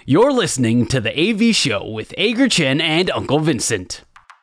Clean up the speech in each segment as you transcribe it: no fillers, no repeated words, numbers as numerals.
You're listening to The AV Show with Ager Chen and Uncle Vincent.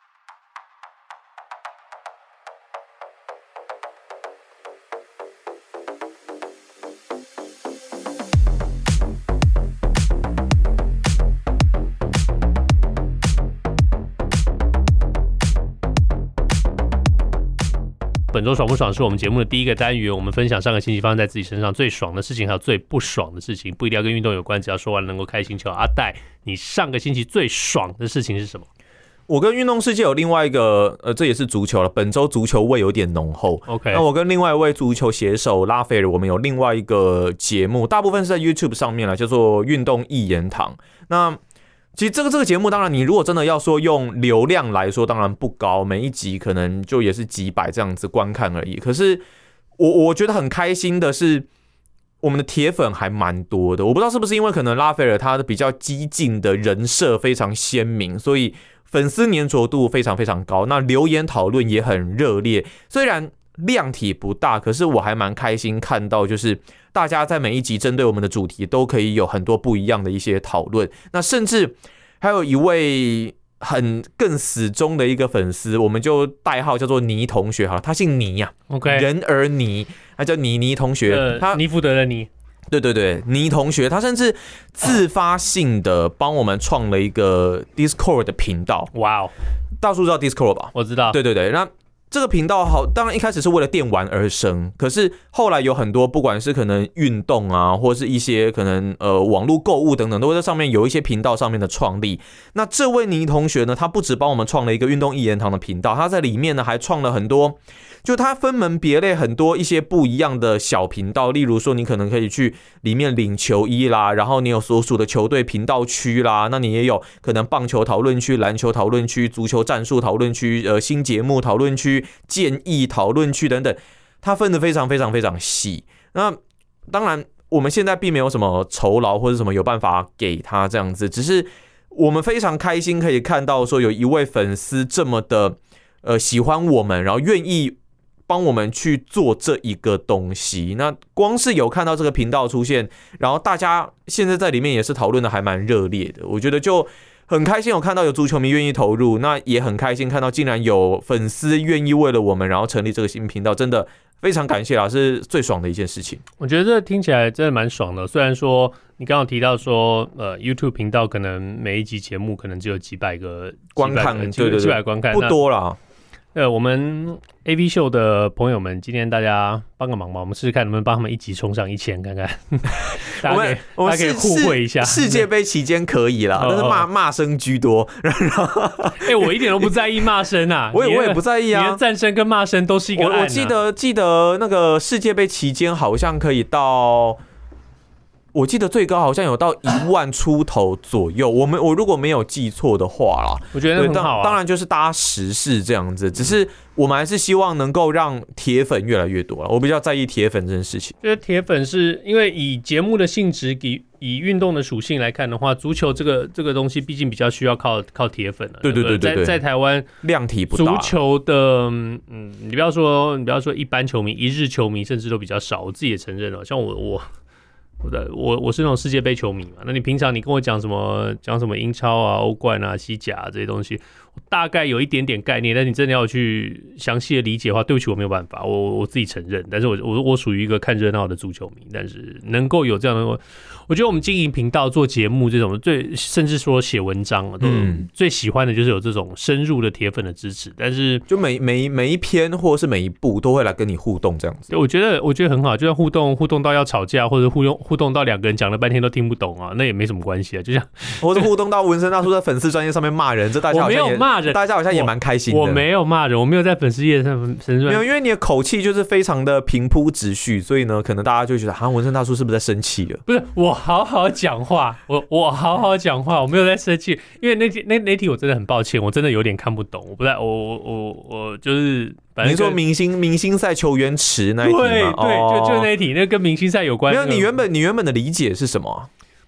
本周爽不爽是我们节目的第一个单元，我们分享上个星期发生在自己身上最爽的事情，还有最不爽的事情，不一定要跟运动有关，只要说完能够开心就好。阿戴，你上个星期最爽的事情是什么？ 我跟运动世界有另外一个，这也是足球了。本周足球味有点浓厚。 OK， 那我跟另外一位足球写手拉斐尔，我们有另外一个节目，大部分是在 YouTube 上面了，叫做运动一言堂。那其实这个节目，当然你如果真的要说用流量来说，当然不高，每一集可能就也是几百这样子观看而已。可是我觉得很开心的是，我们的铁粉还蛮多的。我不知道是不是因为可能拉斐尔他的比较激进的人设非常鲜明，所以粉丝粘着度非常非常高。那留言讨论也很热烈，虽然量体不大，可是我还蛮开心看到就是大家在每一集针对我们的主题都可以有很多不一样的一些讨论。那甚至还有一位更死忠的一个粉丝，我们就代号叫做倪同学好了，他姓倪呀 ，OK， 人儿倪，他叫倪同学，他尼福德的倪。 对，倪同学，他甚至自发性的帮我们创了一个 Discord 的频道。 哇哦， 大叔知道 Discord 吧？ 我知道。 对，那这个频道好，当然一开始是为了电玩而生，可是后来有很多不管是可能运动啊，或是一些可能网络购物等等，都会在上面有一些频道上面的创立。那这位倪同学呢，他不只帮我们创了一个运动一言堂的频道，他在里面呢还创了很多，就他分门别类很多一些不一样的小频道，例如说你可能可以去里面领球衣啦，然后你有所属的球队频道区啦，那你也有可能棒球讨论区、篮球讨论区、足球战术讨论区、新节目讨论区、建议讨论区等等，他分得非常非常非常细。那当然我们现在并没有什么酬劳或者什么有办法给他这样子，只是我们非常开心可以看到说有一位粉丝这么的喜欢我们，然后愿意帮我们去做这一个东西。那光是有看到这个频道出现，然后大家现在在里面也是讨论的还蛮热烈的，我觉得就很开心有看到有足球迷愿意投入，那也很开心看到竟然有粉丝愿意为了我们然后成立这个新频道，真的非常感谢啦，是最爽的一件事情。 我觉得这听起来真的蛮爽的，虽然说你刚刚提到说YouTube 频道可能每一集节目可能只有几百个观看，对， 几百观看不多啦。 我们 AV 秀的朋友们，今天大家帮个忙吧，我们试试看能不能帮他们一集冲上1000，看看。大家可以互惠一下。 世界杯期间可以啦，但是骂声居多。 我一点都不在意骂声啊， 我也不在意啊。 你的赞声跟骂声都是一个案啊。 我记得那个世界杯期间好像可以到。我记得最高好像有到1万出头左右，我如果没有记错的话啦， 我觉得很好啊。 当然就是大家时事这样子，只是我们还是希望能够让铁粉越来越多啦。我比较在意铁粉这件事情。 觉得铁粉是因为以节目的性质，以运动的属性来看的话，足球这个东西毕竟比较需要靠铁粉了。 对， 在台湾量体不大， 足球的你不要说一般球迷、一日球迷，甚至都比较少。我自己也承认了，像我是那种世界杯球迷嘛，那你平常你跟我讲什么英超啊、欧冠啊、西甲啊这些东西，我大概有一点点概念，但你真的要去详细的理解的话，对不起我没有办法，我自己承认，但是我属于一个看热闹的足球迷，但是能够有这样的，我觉得我们经营频道做节目这种甚至说写文章都最喜欢的就是有这种深入的铁粉的支持，但是就每一篇或是每一部都会来跟你互动这样子， 我觉得很好，就像互动到要吵架，或者互动到两个人讲了半天都听不懂啊，那也没什么关系啊，就像或者互动到文森大叔在粉丝专页上面骂人，这大家好像我没有骂人， 大家好像也蛮开心的。 我没有骂人，我没有在粉丝页上没有，因为你的口气就是非常的平铺直叙，所以呢，可能大家就觉得文森大叔是不是在生气了？ 不是，我好好讲话，我好好讲话，我没有在生气，因为那题我真的很抱歉，我真的有点看不懂，我不太我就是。 你说明星赛球员池那一题吗？ 对，就那一题，那跟明星赛有关。 没有，你原本的理解是什么？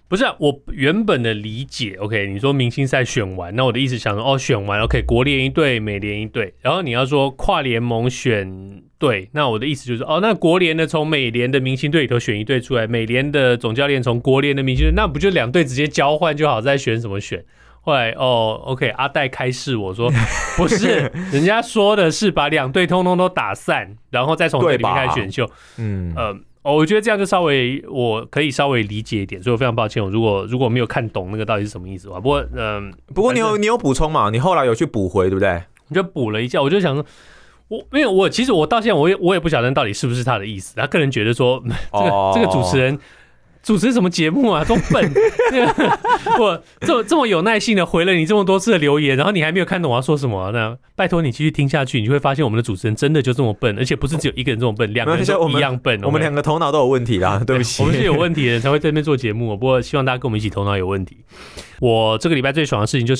不是我原本的理解 ，OK， 你说明星赛选完，那我的意思想说，选完 ，OK， 国联一队，美联一队，然后你要说跨联盟选队，那我的意思就是，那国联的从美联的明星队里头选一队出来，美联的总教练从国联的明星队，那不就两队直接交换就好，再选什么选？后来OK， 阿戴开示我说，不是，人家说的是把两队通通都打散，然后再从这里面开始选秀，我觉得这样就我可以稍微理解一点，所以我非常抱歉，我如果没有看懂那个到底是什么意思的话，不过你有补充嘛？你后来有去补回对不对？ 我就补了一下，我就想说，其实我到现在我也不晓得到底是不是他的意思，他个人觉得说这个主持人。主持什么节目啊？多笨！我这么有耐性的回了你这么多次的留言，然后你还没有看懂我要说什么、那拜托你继续听下去，你就会发现我们的主持人真的就这么笨，而且不是只有一个人这么笨，两个人都一样笨。 我们两个头脑都有问题啦，对不起。 我们是有问题的人才会在那边做节目，不过希望大家跟我们一起头脑有问题。我这个礼拜最爽的事情就是。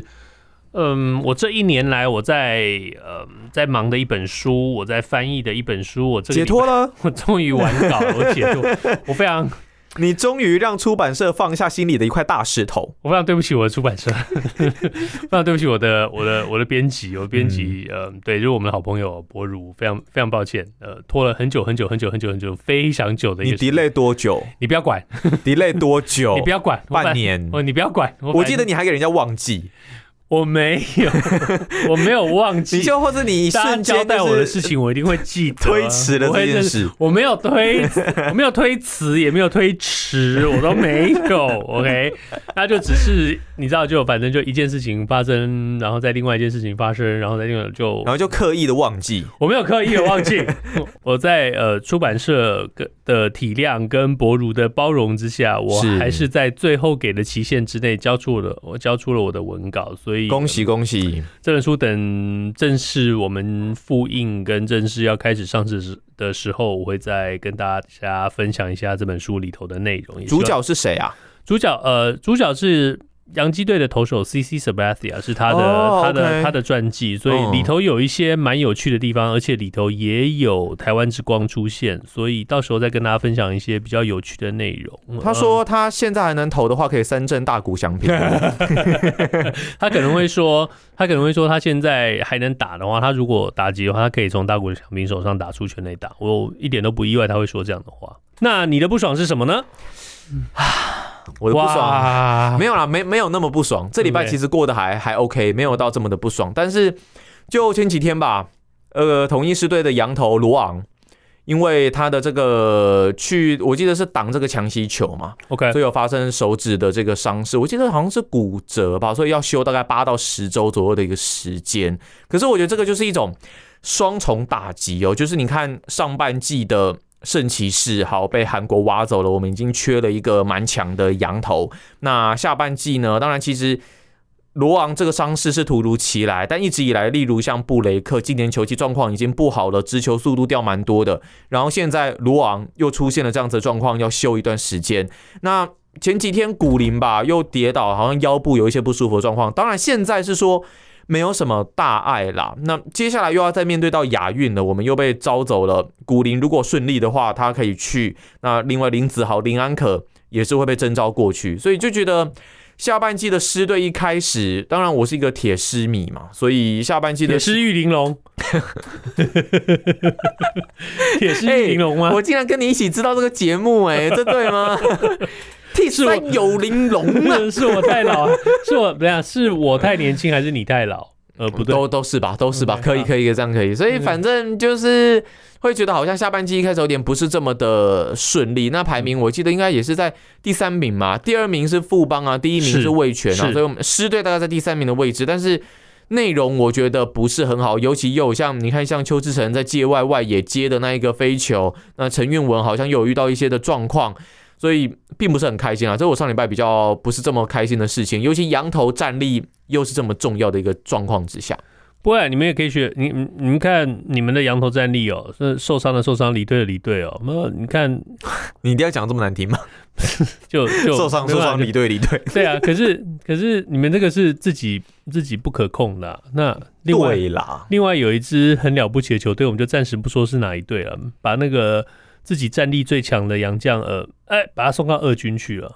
我这一年来我在忙的一本书，我在翻译的一本书，我这个解脱了， 我终于完稿了，我解脱，我非常。 你终于让出版社放下心里的一块大石头。 我非常对不起我的出版社，非常对不起我的编辑，我的编辑对，就是我们的好朋友博如，非常非常抱歉，拖了很久很久很久很久很久非常久的一个。 你 delay 多久？ 你不要管 ，delay 多久？ 你不要管， 半年。 你不要管， 我记得你还给人家忘记。 我没有，我没有忘记。 你就或者你一瞬间、 交代我的事情，我一定会记得。 推迟了这件事， 我没有推辞，也没有推迟，我都没有。OK， 那就只是你知道，就反正就一件事情发生，然后再另外一件事情发生，然后再另外然后就刻意的忘记。 我没有刻意的忘记，我在出版社的体谅跟博如的包容之下，我还是在最后给的期限之内交出了我的文稿，所以。 恭喜恭喜！ 这本书等正式我们复印跟正式要开始上市的时候，我会再跟大家分享一下这本书里头的内容。 主角是谁啊？ 主角是洋基队的投手 CC Sabathia， 是他的传记，所以里头有一些蛮有趣的地方，而且里头也有台湾之光出现，所以到时候再跟大家分享一些比较有趣的内容。 他说他现在还能投的话，可以3振大谷翔平。 他可能会说他现在还能打的话，他如果打击的话，他可以从大谷翔平手上打出全垒打。我一点都不意外他会说这样的话。那你的不爽是什么呢？ 我的不爽没有啦，没有那么不爽。这礼拜其实过得还 OK， 没有到这么的不爽。但是就前几天吧，统一狮队的洋投罗昂，因为他的这个我记得是挡这个强袭球嘛 ，OK， 所以有发生手指的这个伤势，我记得好像是骨折吧，所以要休大概8到10周左右的一个时间。可是我觉得这个就是一种双重打击哦，就是你看上半季的。圣骑士好被韩国挖走了，我们已经缺了一个蛮强的洋投。那下半季呢？当然，其实罗昂这个伤势是突如其来，但一直以来，例如像布雷克，今年球季状况已经不好了，直球速度掉蛮多的。然后现在罗昂又出现了这样子的状况，要休一段时间。那前几天古林吧又跌倒，好像腰部有一些不舒服的状况。当然，现在是说。没有什么大碍啦，那接下来又要再面对到亚运了，我们又被招走了。古林如果顺利的话，他可以去。那另外林子豪、林安可也是会被征召过去，所以就觉得下半季的狮队一开始，当然我是一个铁狮迷嘛，所以下半季的铁狮玉玲珑，铁狮玉玲珑吗？ 我竟然跟你一起知道这个节目，这对吗？替山有玲珑啊！ 是我太老，是我太年轻，还是你太老？不对， 都是吧，可以，这样可以。所以反正就是会觉得好像下半季一开始有点不是这么的顺利。那排名我记得应该也是在第3名嘛，第2名是富邦啊，第1名是味全啊，所以我们狮队大概在第3名的位置，但是。内容我觉得不是很好，尤其又像你看，像邱志成在界外野接的那一个飞球，那陈运文好像又有遇到一些的状况，所以并不是很开心啊。这是我上礼拜比较不是这么开心的事情，尤其洋投战力又是这么重要的一个状况之下。 不会，你们也可以学你们看你们的洋投战力哦，是受伤的受伤，离队的离队哦。那你看， 你一定要讲这么难听吗？ 就受伤离队离队。 对啊，可是你们这个是自己不可控的、啊。那另外有一支很了不起的球队，我们就暂时不说是哪一队了，把那个自己战力最强的洋将把他送到2军去了。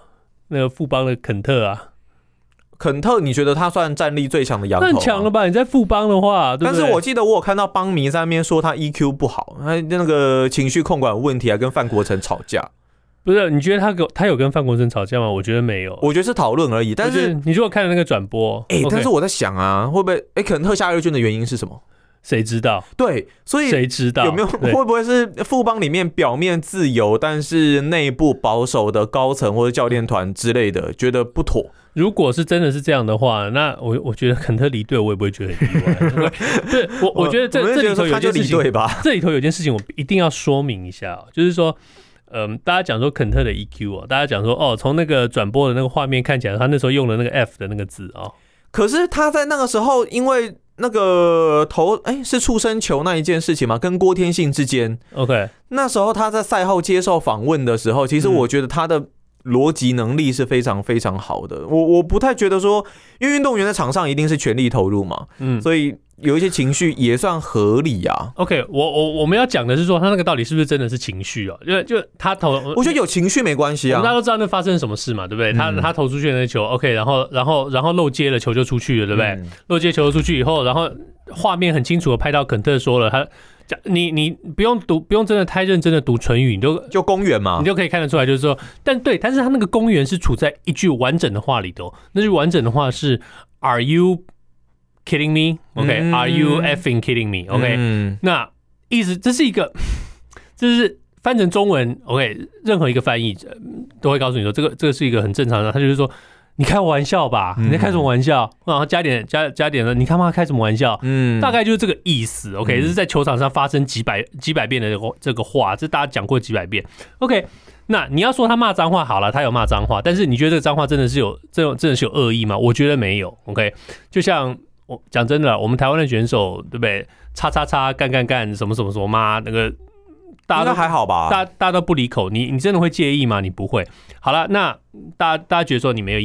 那个富邦的肯特啊。 肯特，你觉得他算战力最强的洋头吗？ 很强了吧？你在富邦的话，对不对？ 但是我记得我有看到邦迷在那边说他 EQ 不好，他那个情绪控管有问题，还跟范国成吵架。 不是？你觉得他有跟范国成吵架吗？我觉得没有， 我觉得是讨论而已。但是你如果看了那个转播， 但是我在想啊，会不会肯特下二军的原因是什么？ 谁知道？ 对，所以谁知道有没有会不会是富邦里面表面自由，但是内部保守的高层或者教练团之类的觉得不妥？ 如果是真的是这样的话，那我觉得肯特离队，我也不会觉得很意外。对，我觉得这里头有件事情吧，这里头有件事情我一定要说明一下，就是说，大家讲说肯特的 EQ 哦，大家讲说从那个转播的那个画面看起来，他那时候用了那个 F 的那个字哦， 可是他在那个时候因为。那个是触身球那一件事情吗？跟郭天信之间 ，OK， 那时候他在赛后接受访问的时候，其实我觉得他的逻辑能力是非常非常好的。我不太觉得说，因为运动员在场上一定是全力投入嘛，所以有一些情绪也算合理啊。 OK， 我们要讲的是说，他那个到底是不是真的是情绪哦？就他投， 我觉得有情绪没关系啊。 大家都知道那发生什么事嘛，对不对？他投出去的那球 OK， 然后漏接了球就出去了，对不对？漏接球出去以后，然后画面很清楚的拍到肯特说了他。你不用真的太认真的读唇语，你就公园嘛， 你就可以看得出来，就是说，但是他那个公园是处在一句完整的话里头，那句完整的话是 Are you kidding me? OK，Are you effing kidding me? OK，那意思这是翻成中文 OK， 任何一个翻译都会告诉你说，这个是一个很正常的，他就是说。你开玩笑吧？你在开什么玩笑？然后加点的，你他妈开什么玩笑？大概就是这个意思。OK， 这是在球场上发生几百遍的这个话，这大家讲过几百遍。OK， 那你要说他骂脏话好了，他有骂脏话，但是你觉得这个脏话真的是有恶意吗？我觉得没有。OK， 就像我讲真的，我们台湾的选手对不对？叉干什么妈那个。大家还好吧？ 大家都不离口，你真的会介意吗？你不会。好了，那大家觉得说你没有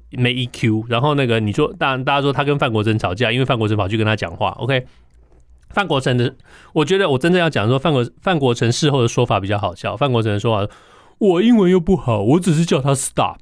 EQ， 然后那个你说，大家说他跟范国成吵架，因为范国成跑去跟他讲话。OK， 范国成的，我觉得我真正要讲说范国成事后的说法比较好笑。范国成的说法，我英文又不好，我只是叫他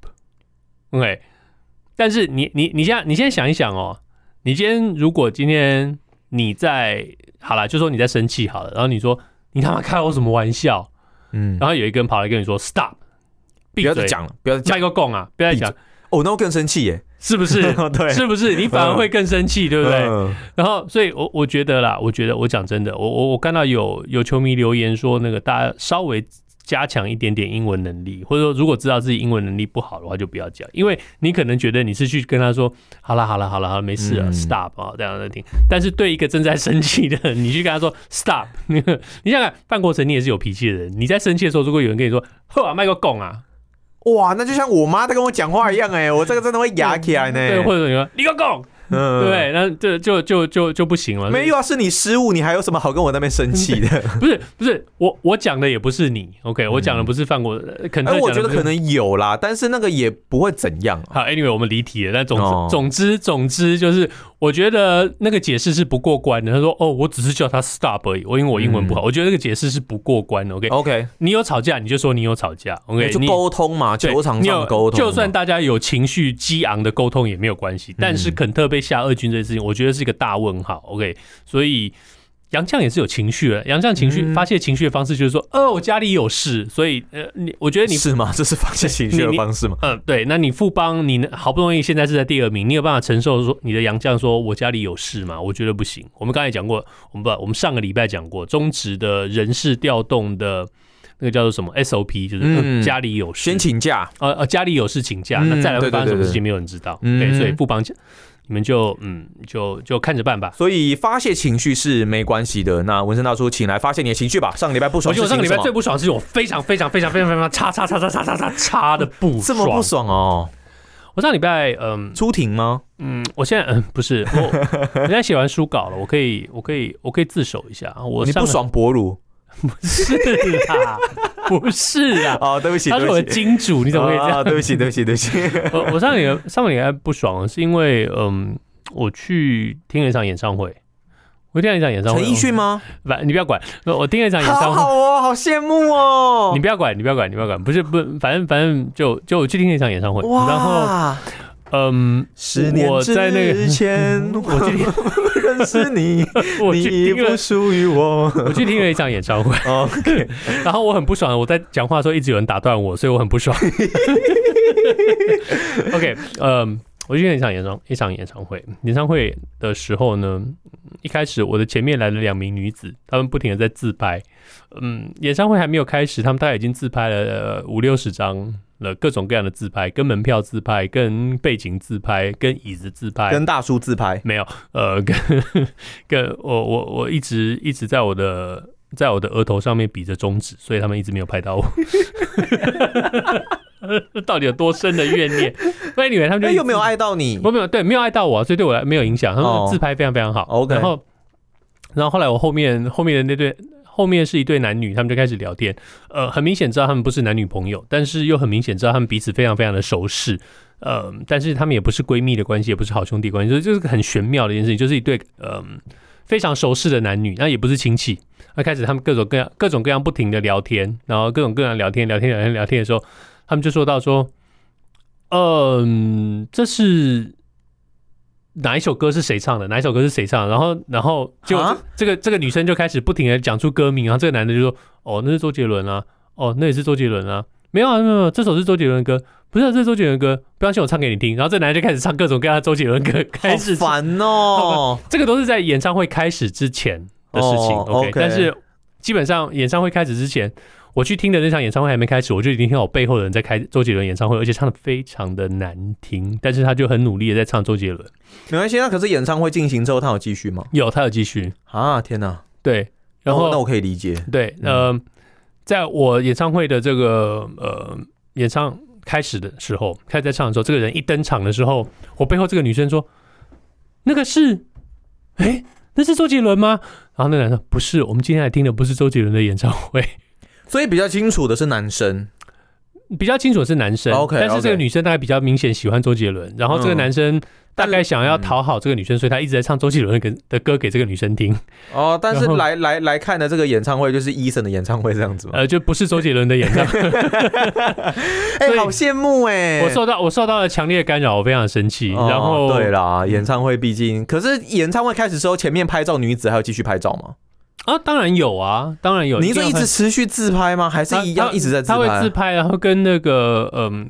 stop。OK， 但是你现在想一想哦，你如果今天你在好了，就说你在生气好了，然后你说。你他妈开我什么玩笑？然后有一个人跑来跟你说 ：“Stop， 不要再讲了，不要再讲， 麦克讲啊，不要再讲。” 哦，那我更生气耶， 是不是？ 对， 是不是？你反而会更生气，对不对？然后，所以我觉得啦，我讲真的，我看到有球迷留言说，那个大家稍微加强一点点英文能力，或者说如果知道自己英文能力不好的话，就不要讲，因为你可能觉得你是去跟他说好了，没事了，stop 啊，这样的听。但是对一个正在生气的人，你去跟他说 stop， 你想想，范国成你也是有脾气的人，你在生气的时候，如果有人跟你说呵啊，麦克讲啊， 哇，那就像我妈在跟我讲话一样我这个真的会哑起来呢。 对，或者你说你给我讲。对，那这就不行了。 没有啊，是你失误，你还有什么好跟我那边生气的？ 不是，我讲的也不是你 ，OK， 我讲的不是范国，肯特。 我觉得可能有啦，但是那个也不会怎样。 好 ，anyway， 我们离题了。但总之就是，我觉得那个解释是不过关的。他说：“哦，我只是叫他 stop 而已，因为我英文不好。”我觉得那个解释是不过关的。OK， 你有吵架你就说你有吵架 ，OK， 就沟通嘛，球场上沟通。 就算大家有情绪激昂的沟通也没有关系，但是肯特被下二军这件事情，我觉得是一个大问号。OK， 所以洋将也是有情绪的，洋将情绪发泄情绪的方式就是说，我家里有事，所以我觉得你是吗？这是发泄情绪的方式吗？ 对。那你富邦，你好不容易现在是在第2名，你有办法承受说你的洋将说我家里有事吗？我觉得不行。我们刚才讲过，我们上个礼拜讲过，中职的人事调动的。那个叫做什么 SOP， 就是家里有事先请假， 家里有事请假，那再来会发生什么事情没有人知道。对，所以富邦你们就看着办吧。 所以发泄情绪是没关系的。那文森大叔，请来发泄你的情绪吧。上个礼拜不爽， 我上个礼拜最不爽的是我非常差的不爽， 这么不爽哦。 我上礼拜出庭吗？ 我现在不是，我现在写完书稿了，我可以自首一下。 你不爽博乳？ 不是啦，不是啦。 哦，对不起， 他是我的金主，你怎么可以这样？ 对不起。 我上个礼拜不爽，是因为我去听了一场演唱会。 我听了一场演唱会， 陈奕迅吗？ 你不要管，我听了一场演唱会， 好哦，好羡慕哦。 你不要管，不是，反正就我去听了一场演唱会，然后 10年之前我认识你，你已不属于我。 我去听了一场演唱会 ，OK， 然后我很不爽，我在讲话的时候一直有人打断我，所以我很不爽。OK， 我去听了一场演唱会。演唱会的时候呢，一开始我的前面来了2名女子，她们不停的在自拍。演唱会还没有开始，她们大概已经自拍了50-60张了，各种各样的自拍，跟门票自拍，跟背景自拍，跟椅子自拍， 跟大叔自拍， 没有，跟我一直在我的额头上面比着中指，所以他们一直没有拍到我。到底有多深的怨念？所以他们就又没有爱到你， 没有爱到我，所以对我没有影响。他们自拍非常非常好。 OK， 然后后来我后面的那对。后面是一对男女，他们就开始聊天。很明显知道他们不是男女朋友，但是又很明显知道他们彼此非常非常的熟识。但是他们也不是闺蜜的关系，也不是好兄弟关系，就是个很玄妙的一件事情，就是一对非常熟识的男女，那也不是亲戚。那开始他们各种各样不停的聊天，然后各种各样聊天的时候，他们就说到说，这是。哪一首歌是谁唱的？然后就这个女生就开始不停的讲出歌名，然后这个男的就说：“哦，那是周杰伦啊，哦，那也是周杰伦啊，没有，这首是周杰伦的歌，不是，这是周杰伦的歌，不相信我唱给你听。”然后这个男的就开始唱各种各样的周杰伦歌，开始好烦哦。 这个都是在演唱会开始之前的事情 ，OK， 但是基本上演唱会开始之前。我去听的那场演唱会还没开始，我就已经听到我背后的人在开周杰伦演唱会，而且唱的非常的难听，但是他就很努力的在唱周杰伦。 没关系，那可是演唱会进行之后，他有继续吗？ 有，他有继续啊！ 天哪， 对，然后那我可以理解。 对，在我演唱会的这个演唱开始的时候，开始在唱的时候，这个人一登场的时候，我背后这个女生说：“那个是，那是周杰伦吗？”然后那个男生不是，我们今天来听的不是周杰伦的演唱会。 所以比较清楚的是男生， 但是这个女生大概比较明显喜欢周杰伦，然后这个男生大概想要讨好这个女生，所以他一直在唱周杰伦的歌给这个女生听。 但是来看的这个演唱会就是 Eason 的演唱会这样子吗？ 就不是周杰伦的演唱会。 好羡慕我受到了强烈的干扰，我非常生气。然后对啦，演唱会毕竟，可是演唱会开始之后，前面拍照女子还有继续拍照吗？ 当然有啊，当然有。 你说一直持续自拍吗？还是一样一直在自拍？ 他会自拍，然后跟那个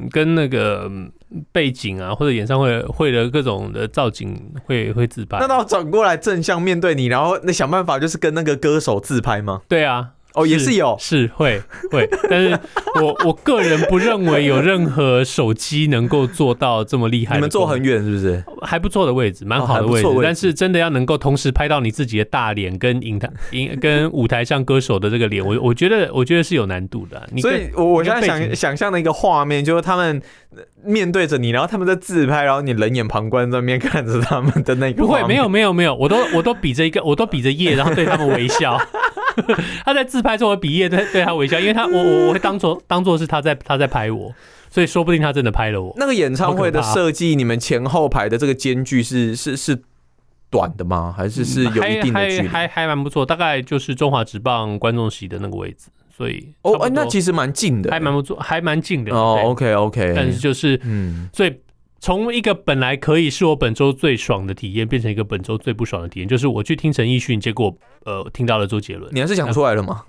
背景啊，或者演唱会的各种的造景会自拍。 那到转过来正向面对你，然后想办法就是跟那个歌手自拍吗？ 对啊。 也是有， 是会，但是我个人不认为有任何手机能够做到这么厉害的。 你们坐很远是不是？ 还不错的位置，蛮好的位置，但是真的要能够同时拍到你自己的大脸跟跟舞台上歌手的这个脸，我觉得是有难度的。 所以我现在想象的一个画面，就是他们面对着你，然后他们在自拍，然后你冷眼旁观在那边看着他们的那个。 不会，没有，我都比着耶，然后对他们微笑。他在自拍的时候，我比耶对他微笑，因为我会当作是他在拍我，所以说不定他真的拍了我。 那个演唱会的设计，你们前后排的这个间距是短的吗？还是有一定的距离？ 还蛮不错，大概就是中华职棒观众席的那个位置，所以那其实蛮近的， 还蛮不错，还蛮近的。 OK， 但是就是所以。从一个本来可以是我本周最爽的体验，变成一个本周最不爽的体验，就是我去听陈奕迅，结果听到了周杰伦。 你还是想出来了吗？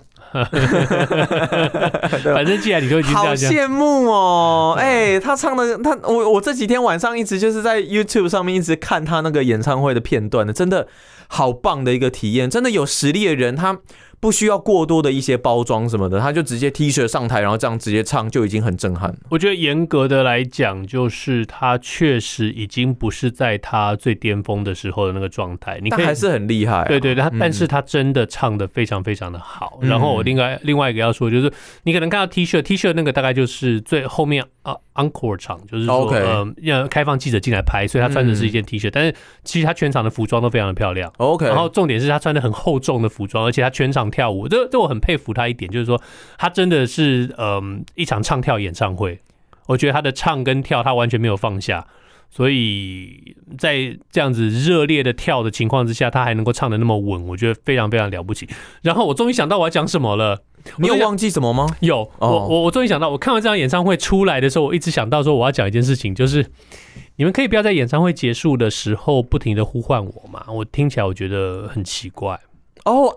反正既然你都已经这样， 好羡慕哦！他唱的我这几天晚上一直就是在 YouTube 上面一直看他那个演唱会的片段的，真的好棒的一个体验。真的有实力的人，他不需要过多的一些包装什么的，他就直接 T 恤上台，然后这样直接唱就已经很震撼了。 我觉得严格的来讲，就是他确实已经不是在他最巅峰的时候的那个状态，你可以还是很厉害、 对，但是他真的唱得非常非常的好。然后我另外一个要说，就是你可能看到 T 恤那个大概就是最后面encore 场，就是说开放记者进来拍，所以他穿的是一件 T 恤，但是其实他全场的服装都非常的漂亮。然后重点是他穿的很厚重的服装，而且他全场跳舞，这我很佩服他一点，就是说他真的是一场唱跳演唱会，我觉得他的唱跟跳他完全没有放下。 所以在这样子热烈的跳的情况之下，他还能够唱得那么稳，我觉得非常非常了不起。然后我终于想到我要讲什么了。 你有忘记什么吗？ 有，我终于想到，我看完这场演唱会出来的时候，我一直想到说我要讲一件事情，就是你们可以不要在演唱会结束的时候不停的呼唤我嘛？我听起来我觉得很奇怪。 哦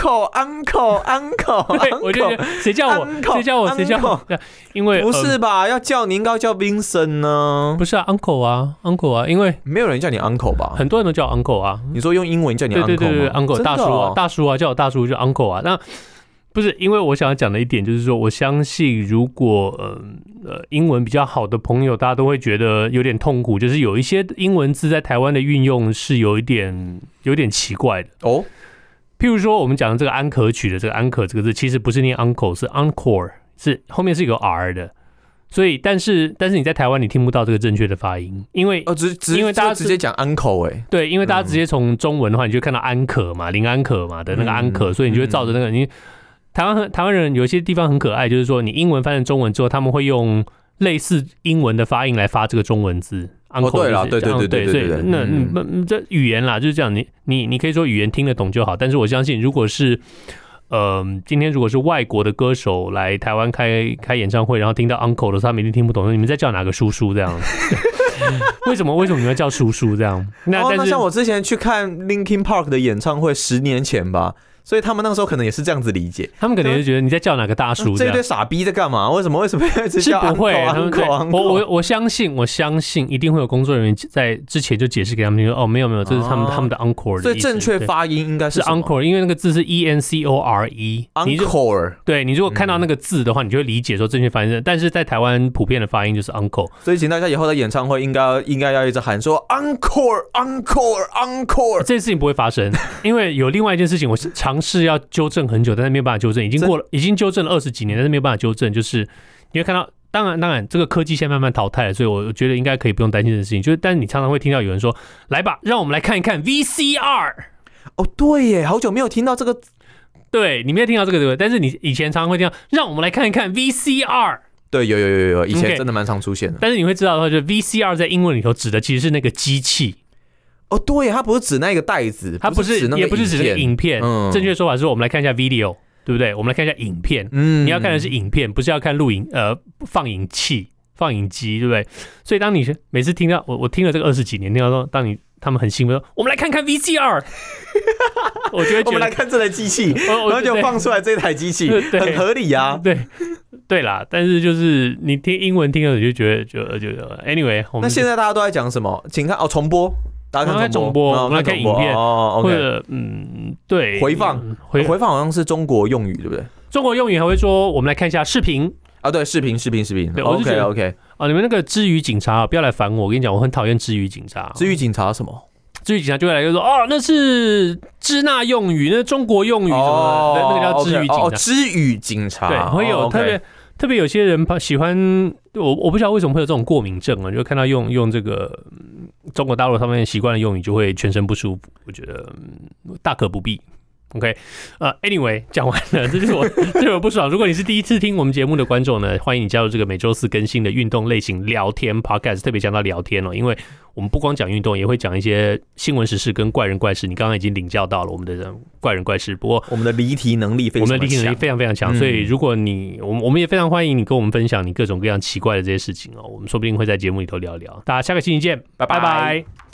，uncle， 对，我就觉得谁叫我，因为不是吧？要叫你应该叫 Vincent 呢？ 不是啊 ，uncle 啊，因为没有人叫你 uncle 吧？ 很多人都叫 uncle 啊。 你说用英文叫你 uncle 吗？ 对 ，uncle 大叔啊，大叔啊，叫我大叔就 uncle 啊。那不是，因为我想要讲的一点就是说，我相信如果英文比较好的朋友，大家都会觉得有点痛苦，就是有一些英文字在台湾的运用是有一点奇怪的哦。譬如说，我们讲的这个安可曲的这个安可这个字，其实不是念 uncle， 是 encore， 是后面是有 r 的。所以，但是你在台湾你听不到这个正确的发音，因为因为大家直接讲 uncle 对，因为大家直接从中文的话，你就看到安可嘛，林安可嘛的那个安可，所以你就会照着那个你台湾人有些地方很可爱，就是说你英文翻成中文之后，他们会用类似英文的发音来发这个中文字。 对了，对， 所以那这语言啦就是这样，你可以说语言听得懂就好，但是我相信如果是今天如果是外国的歌手来台湾开演唱会，然后听到 uncle 的时候，他们一定听不懂，你们在叫哪个叔叔这样？为什么你们要叫叔叔这样？ 那像我之前去看 Linkin Park 的演唱会10年前吧。所以他们那个时候可能也是这样子理解， 他们可能就觉得你在叫哪个大叔这一堆傻逼在干嘛？为什么要一直叫 uncle？ 是不会，我相信一定会有工作人员在之前就解释给他们说，没有，这是他们的 encore 的意思。 所以正确发音应该是 encore， 因为那个字是 encore。对，你如果看到那个字的话，你就会理解说正确发音。但是在台湾普遍的发音就是 uncle， 所以请大家以后的演唱会应该要一直喊说 uncle。 这件事情不会发生，因为有另外一件事情我尝试要纠正很久，但是没有办法纠正，已经纠正了20几年，但是没有办法纠正。就是你会看到，当然，这个科技现在慢慢淘汰了，所以我觉得应该可以不用担心这件事情。就是，但是你常常会听到有人说：“来吧，让我们来看一看 VCR。” 哦，对耶，好久没有听到这个。 对，你没有听到这个对不对？但是你以前常常会听到，让我们来看一看 VCR。 对，有，以前真的蛮常出现的。 但是你会知道的话，就是 VCR 在英文里头指的其实是那个机器。 哦，对，它不是指那个袋子， 它不是也不是指那个影片。正确的说法是我们来看一下 video， 对不对？我们来看一下影片。你要看的是影片，不是要看放映机，对不对？所以当你每次听到我听了这个20几年，听到说他们很兴奋说我们来看看 VCR， 我觉得我们来看这台机器，然后就放出来这台机器，很合理啊。 对啦，但是就是你听英文听了你就觉得anyway， 那现在大家都在讲什么？请看重播。大家看重播， 我们来看影片， 或者对， 回放好像是中国用语，对不对？ 中国用语还会说，我们来看一下视频啊，对，视频。 对 OK 啊，你们那个支语警察不要来烦我，我跟你讲，我很讨厌支语警察。 支语警察什么？ 支语警察就会来就说，那是支那用语，那中国用语什么的，那个叫支语警察。 支语警察， 对，会有特别有些人喜欢我不知道为什么会有这种过敏症啊，就看到用这个中国大陆他们习惯的用语就会全身不舒服，我觉得大可不必。OK， anyway， 讲完了，这就是我不爽。如果你是第一次听我们节目的观众呢，欢迎你加入这个每周4更新的运动类型聊天 podcast， 特别讲到聊天哦，因为我们不光讲运动，也会讲一些新闻时事跟怪人怪事。你刚刚已经领教到了我们的怪人怪事，不过我们的离题能力非常强，所以如果我们也非常欢迎你跟我们分享你各种各样奇怪的这些事情哦，我们说不定会在节目里头聊聊。大家下个星期见，拜拜。